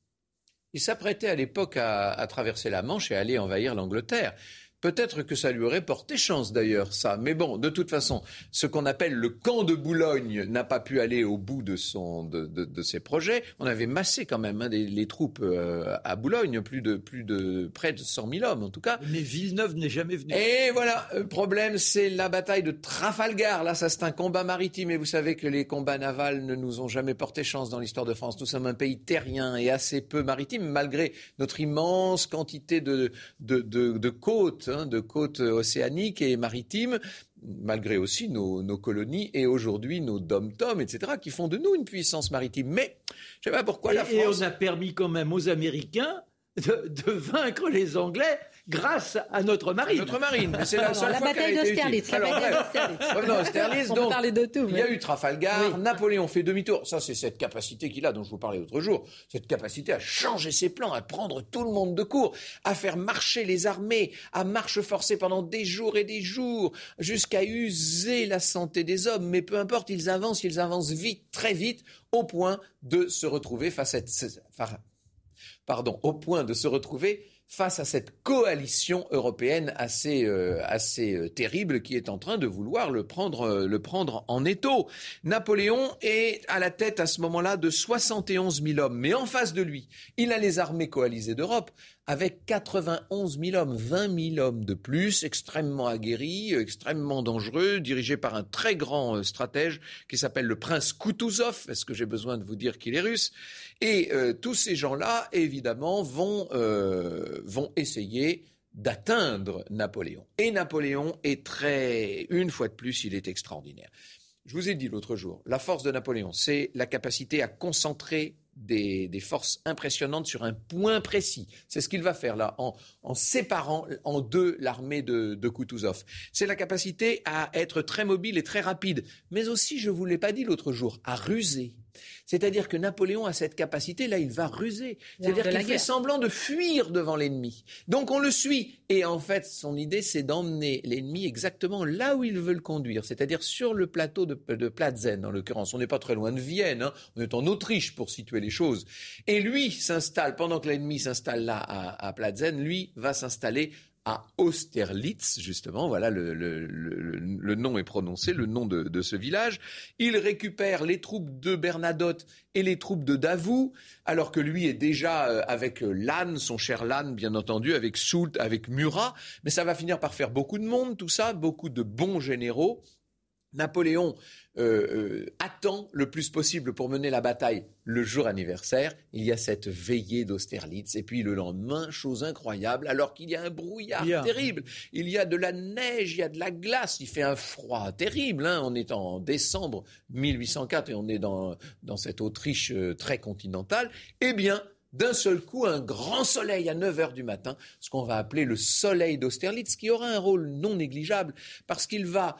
C: Il s'apprêtait à l'époque à, à traverser la Manche et à aller envahir l'Angleterre. Peut-être que ça lui aurait porté chance d'ailleurs, ça. Mais bon, de toute façon, ce qu'on appelle le camp de Boulogne n'a pas pu aller au bout de, son, de, de, de ses projets. On avait massé quand même hein, des, les troupes euh, à Boulogne, plus de, plus de près de cent mille hommes en tout cas.
D: Mais Villeneuve n'est jamais venu.
C: Et voilà, le problème c'est la bataille de Trafalgar. Là, ça c'est un combat maritime et vous savez que les combats navals ne nous ont jamais porté chance dans l'histoire de France. Nous sommes un pays terrien et assez peu maritime, malgré notre immense quantité de, de, de, de côtes. de côtes océaniques et maritimes, malgré aussi nos, nos colonies et aujourd'hui nos dom-toms, et cetera, qui font de nous une puissance maritime. Mais je ne sais pas pourquoi
D: et,
C: la France...
D: Et on a permis quand même aux Américains de, de vaincre les Anglais grâce à notre marine.
C: À notre marine. Mais c'est la seule
B: la
C: fois
B: bataille
C: qu'elle a été
B: d'Austerlitz.
C: utile.
B: La
C: Alors,
B: bataille
C: bref,
B: d'Austerlitz.
C: revenons à Austerlitz.
B: On
C: donc,
B: peut parler de tout.
C: il
B: Mais...
C: y a eu Trafalgar,
B: oui.
C: Napoléon fait demi-tour. Ça, c'est cette capacité qu'il a, dont je vous parlais l'autre jour. Cette capacité à changer ses plans, à prendre tout le monde de court, à faire marcher les armées, à marche forcée pendant des jours et des jours, jusqu'à user la santé des hommes. Mais peu importe, ils avancent, ils avancent vite, très vite, au point de se retrouver face à cette... Pardon, au point de se retrouver... face à cette coalition européenne assez, euh, assez euh, terrible qui est en train de vouloir le prendre, euh, le prendre en étau. Napoléon est à la tête à ce moment-là de soixante et onze mille hommes. Mais en face de lui, il a les armées coalisées d'Europe avec quatre-vingt-onze mille hommes, vingt mille hommes de plus, extrêmement aguerris, extrêmement dangereux, dirigés par un très grand stratège qui s'appelle le prince Kutuzov. Est-ce que j'ai besoin de vous dire qu'il est russe ? Et euh, tous ces gens-là, évidemment, vont, euh, vont essayer d'atteindre Napoléon. Et Napoléon est très... Une fois de plus, il est extraordinaire. Je vous ai dit l'autre jour, la force de Napoléon, c'est la capacité à concentrer des, des forces impressionnantes sur un point précis. C'est ce qu'il va faire là, en, en séparant en deux l'armée de, de Koutouzov. C'est la capacité à être très mobile et très rapide, mais aussi, je ne vous l'ai pas dit l'autre jour, à ruser. C'est-à-dire que Napoléon a cette capacité, là il va ruser. C'est-à-dire qu'il fait semblant de fuir devant l'ennemi. Donc on le suit. Et en fait, son idée, c'est d'emmener l'ennemi exactement là où il veut le conduire. C'est-à-dire sur le plateau de, de Plzen, en l'occurrence. On n'est pas très loin de Vienne, hein. On est en Autriche pour situer les choses. Et lui s'installe, pendant que l'ennemi s'installe là à, à Plzen, lui va s'installer à Austerlitz, justement, voilà, le, le, le, le nom est prononcé, le nom de, de ce village. Il récupère les troupes de Bernadotte et les troupes de Davout, alors que lui est déjà avec Lannes, son cher Lannes, bien entendu, avec Soult, avec Murat. Mais ça va finir par faire beaucoup de monde, tout ça, beaucoup de bons généraux. Napoléon euh, euh, attend le plus possible pour mener la bataille le jour anniversaire. Il y a cette veillée d'Austerlitz. Et puis le lendemain, chose incroyable, alors qu'il y a un brouillard yeah. terrible. Il y a de la neige, il y a de la glace. Il fait un froid terrible. Hein. On est en décembre mille huit cent quatre et on est dans, dans cette Autriche euh, très continentale. Eh bien, d'un seul coup, un grand soleil à neuf heures du matin, ce qu'on va appeler le soleil d'Austerlitz, qui aura un rôle non négligeable parce qu'il va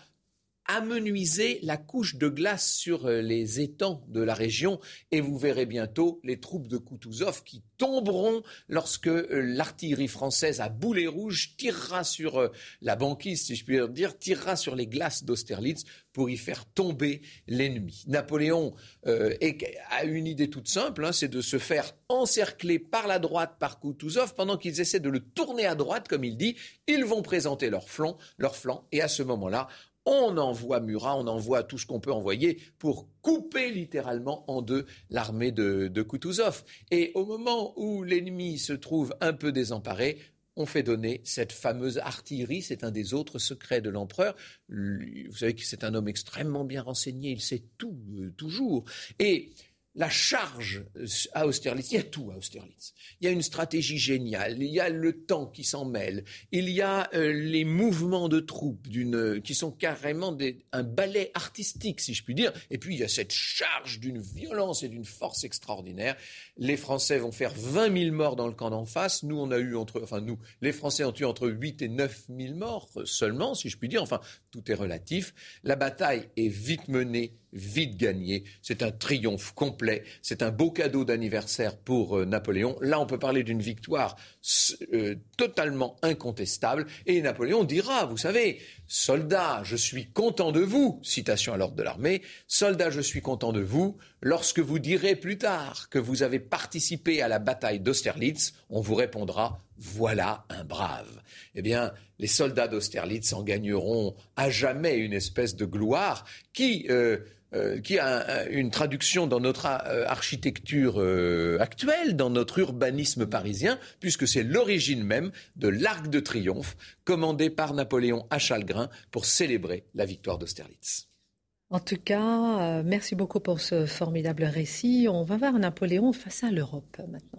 C: amenuiser la couche de glace sur les étangs de la région et vous verrez bientôt les troupes de Koutouzov qui tomberont lorsque l'artillerie française à boulet rouge tirera sur la banquise, si je puis dire, tirera sur les glaces d'Austerlitz pour y faire tomber l'ennemi. Napoléon euh, a une idée toute simple, hein, c'est de se faire encercler par la droite par Koutouzov pendant qu'ils essaient de le tourner à droite, comme il dit. Ils vont présenter leur flanc, leur flanc et à ce moment-là, on envoie Murat, on envoie tout ce qu'on peut envoyer pour couper littéralement en deux l'armée de, de Koutouzov. Et au moment où l'ennemi se trouve un peu désemparé, on fait donner cette fameuse artillerie. C'est un des autres secrets de l'empereur. Vous savez que c'est un homme extrêmement bien renseigné, il sait tout, euh, toujours. Et la charge à Austerlitz, il y a tout à Austerlitz. Il y a une stratégie géniale, il y a le temps qui s'en mêle, il y a euh, les mouvements de troupes d'une, qui sont carrément des, un ballet artistique, si je puis dire. Et puis il y a cette charge d'une violence et d'une force extraordinaire. Les Français vont faire vingt mille morts dans le camp d'en face. Nous, on a eu entre, enfin nous, les Français ont eu entre huit et neuf mille morts seulement, si je puis dire. Enfin, tout est relatif. La bataille est vite menée, vite gagnée. C'est un triomphe complet. C'est un beau cadeau d'anniversaire pour euh, Napoléon. Là, on peut parler d'une victoire euh, totalement incontestable. Et Napoléon dira, vous savez, soldats, je suis content de vous, citation à l'ordre de l'armée, soldats, je suis content de vous, lorsque vous direz plus tard que vous avez participé à la bataille d'Austerlitz, on vous répondra, voilà un brave. Eh bien, les soldats d'Austerlitz en gagneront à jamais une espèce de gloire qui... Euh, Euh, qui a un, une traduction dans notre euh, architecture euh, actuelle, dans notre urbanisme parisien, puisque c'est l'origine même de l'Arc de Triomphe, commandé par Napoléon à Chalgrin pour célébrer la victoire d'Austerlitz.
B: En tout cas, euh, merci beaucoup pour ce formidable récit. On va voir Napoléon face à l'Europe maintenant.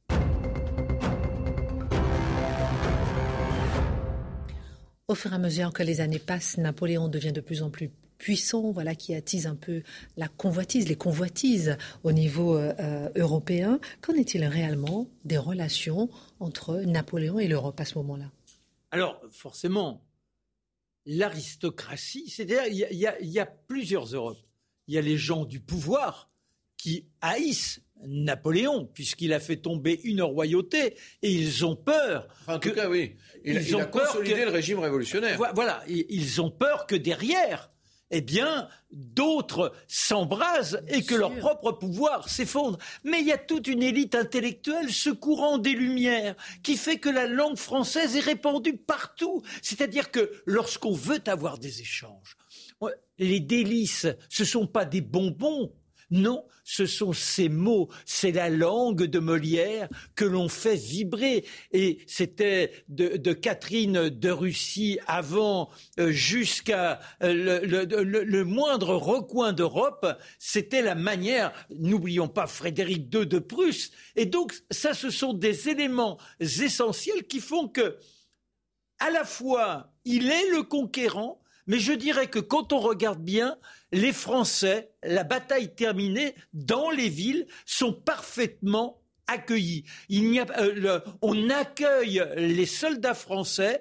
B: Au fur et à mesure que les années passent, Napoléon devient de plus en plus puissant, voilà, qui attise un peu la convoitise, les convoitises au niveau euh, européen. Qu'en est-il réellement des relations entre Napoléon et l'Europe à ce moment-là ?
D: Alors, forcément, l'aristocratie, c'est-à-dire il y, y, y a plusieurs Europes. Il y a les gens du pouvoir qui haïssent Napoléon, puisqu'il a fait tomber une royauté, et ils ont peur.
C: Enfin, en
D: que,
C: tout cas, oui. Il, ils il ont a peur consolidé que, le régime révolutionnaire.
D: Voilà, ils ont peur que derrière, eh bien, d'autres s'embrasent et que leur propre pouvoir s'effondre. Mais il y a toute une élite intellectuelle, ce courant des Lumières, qui fait que la langue française est répandue partout. C'est-à-dire que lorsqu'on veut avoir des échanges, les délices, ce ne sont pas des bonbons. Non, ce sont ces mots, c'est la langue de Molière que l'on fait vibrer. Et c'était de, de Catherine de Russie avant euh, jusqu'à euh, le, le, le, le moindre recoin d'Europe, c'était la manière, n'oublions pas Frédéric deux de Prusse. Et donc ça, ce sont des éléments essentiels qui font que, à la fois, il est le conquérant, Mais je dirais que quand on regarde bien, les Français, la bataille terminée, dans les villes, sont parfaitement accueillis. Il n'y a, euh, le, on accueille les soldats français,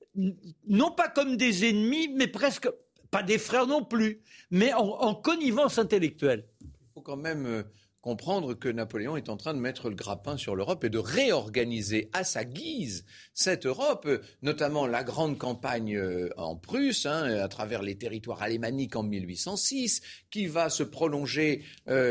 D: non pas comme des ennemis, mais presque, pas des frères non plus, mais en, en connivence intellectuelle.
C: Il faut quand même euh, comprendre que Napoléon est en train de mettre le grappin sur l'Europe et de réorganiser à sa guise cette Europe, euh, notamment la grande campagne euh, en Prusse, hein, à travers les territoires alémaniques en mille huit cent six, qui va se prolonger.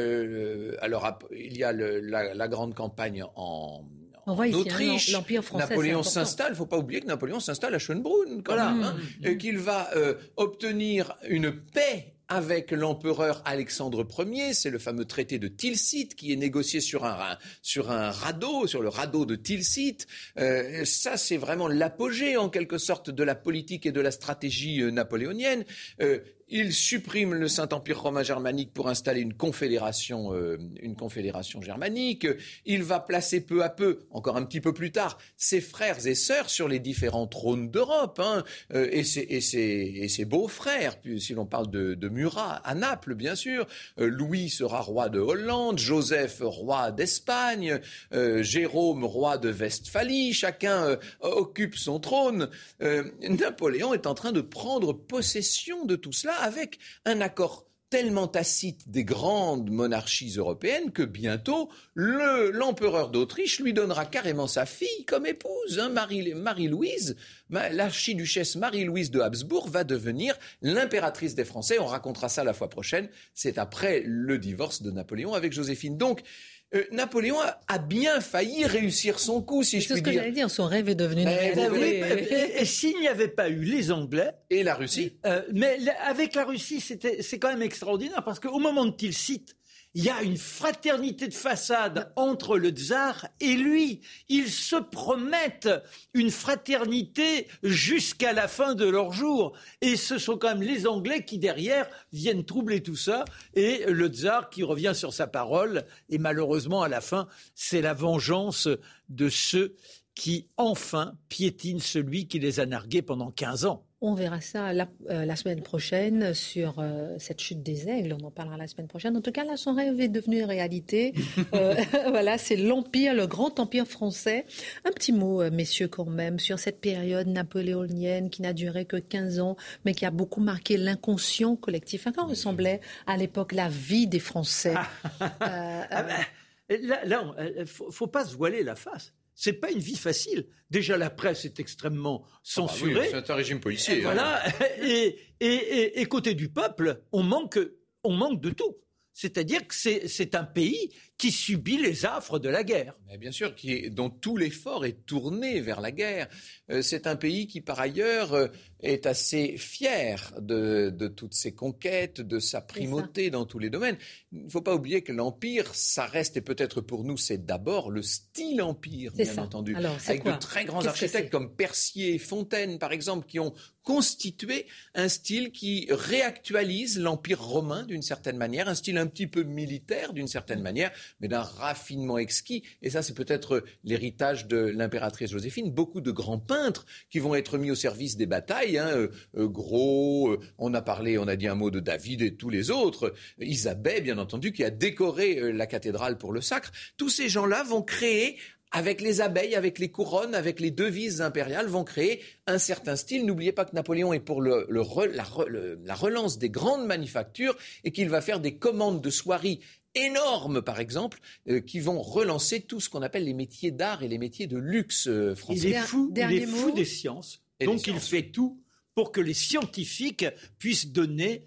C: Euh, alors, il y a le, la, la grande campagne en...
B: On voit ici,
C: Autriche,
B: hein, l'Empire français,
C: Napoléon s'installe, il ne faut pas oublier que Napoléon s'installe à Schönbrunn, quand
D: voilà.
C: même, hein, mmh. qu'il va euh, obtenir une paix avec l'empereur Alexandre Ier, c'est le fameux traité de Tilsit qui est négocié sur un, sur un radeau, sur le radeau de Tilsit. Euh, ça, c'est vraiment l'apogée, en quelque sorte, de la politique et de la stratégie euh, napoléonienne. Euh, Il supprime le Saint-Empire romain germanique pour installer une confédération, euh, une confédération germanique. Il va placer peu à peu, encore un petit peu plus tard, ses frères et sœurs sur les différents trônes d'Europe, hein, euh, et, ses, et, ses, et ses beaux-frères, puis, si l'on parle de, de Murat, à Naples, bien sûr. Euh, Louis sera roi de Hollande, Joseph roi d'Espagne, euh, Jérôme roi de Westphalie. Chacun euh, occupe son trône. Euh, Napoléon est en train de prendre possession de tout cela, avec un accord tellement tacite des grandes monarchies européennes que bientôt, le, l'empereur d'Autriche lui donnera carrément sa fille comme épouse. Hein. Marie, Marie-Louise, l'archiduchesse Marie-Louise de Habsbourg va devenir l'impératrice des Français. On racontera ça la fois prochaine. C'est après le divorce de Napoléon avec Joséphine. Donc, Euh, Napoléon a, a bien failli réussir son coup, si je puis dire.
B: C'est ce que j'allais dire, son rêve est devenu une réalité.
D: Et, et s'il n'y avait pas eu les Anglais...
C: Et la Russie
D: euh, Mais avec la Russie, c'était, c'est quand même extraordinaire, parce qu'au moment de Tilsit, il y a une fraternité de façade entre le tsar et lui. Ils se promettent une fraternité jusqu'à la fin de leur jour. Et ce sont quand même les Anglais qui, derrière, viennent troubler tout ça. Et le tsar qui revient sur sa parole. Et malheureusement, à la fin, c'est la vengeance de ceux qui, enfin, piétinent celui qui les a nargués pendant quinze ans.
B: On verra ça la, euh, la semaine prochaine sur euh, cette chute des aigles. On en parlera la semaine prochaine. En tout cas, là, son rêve est devenu réalité. Euh, voilà, c'est l'Empire, le grand Empire français. Un petit mot, euh, messieurs, quand même, sur cette période napoléonienne qui n'a duré que quinze ans, mais qui a beaucoup marqué l'inconscient collectif. À quoi ressemblait à l'époque la vie des Français euh,
D: ah ben, Là, là il ne faut, faut pas se voiler la face. C'est pas une vie facile. Déjà, la presse est extrêmement censurée.
C: Ah bah oui, c'est un régime policier.
D: Et voilà. Et, et, et, et côté du peuple, on manque, on manque de tout. C'est-à-dire que c'est, c'est un pays qui subit les affres de la guerre.
C: Mais bien sûr, qui est, dont tout l'effort est tourné vers la guerre. Euh, c'est un pays qui, par ailleurs, euh, est assez fier de, de toutes ses conquêtes, de sa primauté dans tous les domaines. Il ne faut pas oublier que l'Empire, ça reste, et peut-être pour nous, c'est d'abord le style Empire,
B: c'est
C: bien
B: ça.
C: entendu.
B: Alors,
C: avec
B: quoi
C: de très grands
B: Qu'est-ce
C: architectes comme Percier et Fontaine, par exemple, qui ont constitué un style qui réactualise l'Empire romain d'une certaine manière, un style un petit peu militaire d'une certaine manière, mais d'un raffinement exquis. Et ça, c'est peut-être l'héritage de l'impératrice Joséphine. Beaucoup de grands peintres qui vont être mis au service des batailles. Hein, euh, euh, Gros, euh, on a parlé, on a dit un mot de David et tous les autres. Isabelle, bien entendu, qui a décoré euh, la cathédrale pour le sacre. Tous ces gens-là vont créer, avec les abeilles, avec les couronnes, avec les devises impériales, vont créer un certain style. N'oubliez pas que Napoléon est pour le, le, la, le, la relance des grandes manufactures et qu'il va faire des commandes de soieries énormes, par exemple, euh, qui vont relancer tout ce qu'on appelle les métiers d'art et les métiers de luxe euh, français.
D: Il est fou, il est fou des sciences,
C: et
D: donc
C: des
D: il
C: sciences.
D: fait tout pour que les scientifiques puissent donner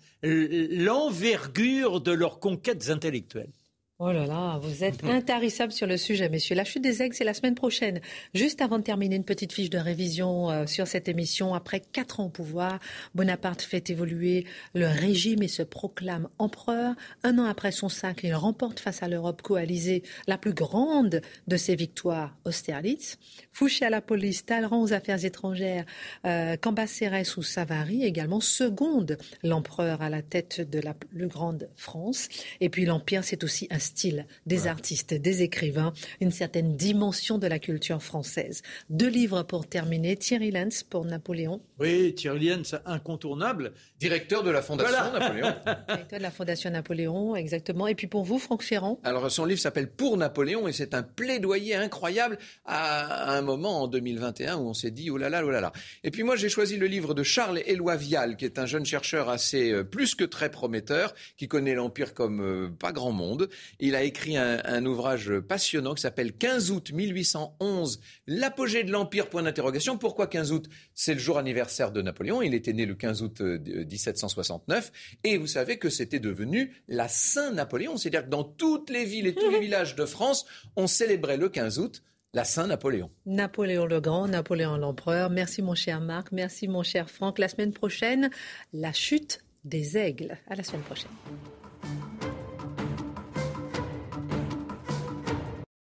D: l'envergure de leurs conquêtes intellectuelles.
B: Oh là là, vous êtes intarissables sur le sujet, messieurs. La chute des aigles, c'est la semaine prochaine. Juste avant de terminer, une petite fiche de révision euh, sur cette émission. Après quatre ans au pouvoir, Bonaparte fait évoluer le régime et se proclame empereur. Un an après son sacre, il remporte face à l'Europe coalisée la plus grande de ses victoires, Austerlitz. Fouché à la police, Talleyrand aux affaires étrangères, euh, Cambacérès ou Savary également seconde l'empereur à la tête de la plus grande France. Et puis l'Empire s'est aussi installé style, des
C: Ouais.
B: artistes, des écrivains, une certaine dimension de la culture française. Deux livres pour terminer. Thierry Lenz pour Napoléon.
D: Oui, Thierry Lenz, incontournable.
C: Directeur de la Fondation
D: Voilà.
C: Napoléon.
B: Directeur de la Fondation Napoléon, exactement. Et puis pour vous, Franck Ferrand.
C: Alors son livre s'appelle Pour Napoléon et c'est un plaidoyer incroyable à un moment en deux mille vingt et un où on s'est dit oh là là, oh là là. Et puis moi j'ai choisi le livre de Charles Éloi Vial qui est un jeune chercheur assez euh, plus que très prometteur qui connaît l'Empire comme euh, pas grand monde. Il a écrit un, un ouvrage passionnant qui s'appelle quinze août mille huit cent onze, l'apogée de l'Empire, point d'interrogation. Pourquoi quinze août ? C'est le jour anniversaire de Napoléon. Il était né le quinze août dix-sept cent soixante-neuf et vous savez que c'était devenu la Saint-Napoléon. C'est-à-dire que dans toutes les villes et tous les villages de France, on célébrait le quinze août la Saint-Napoléon.
B: Napoléon le Grand, Napoléon l'Empereur. Merci mon cher Marc, merci mon cher Franck. La semaine prochaine, la chute des aigles. À la semaine prochaine.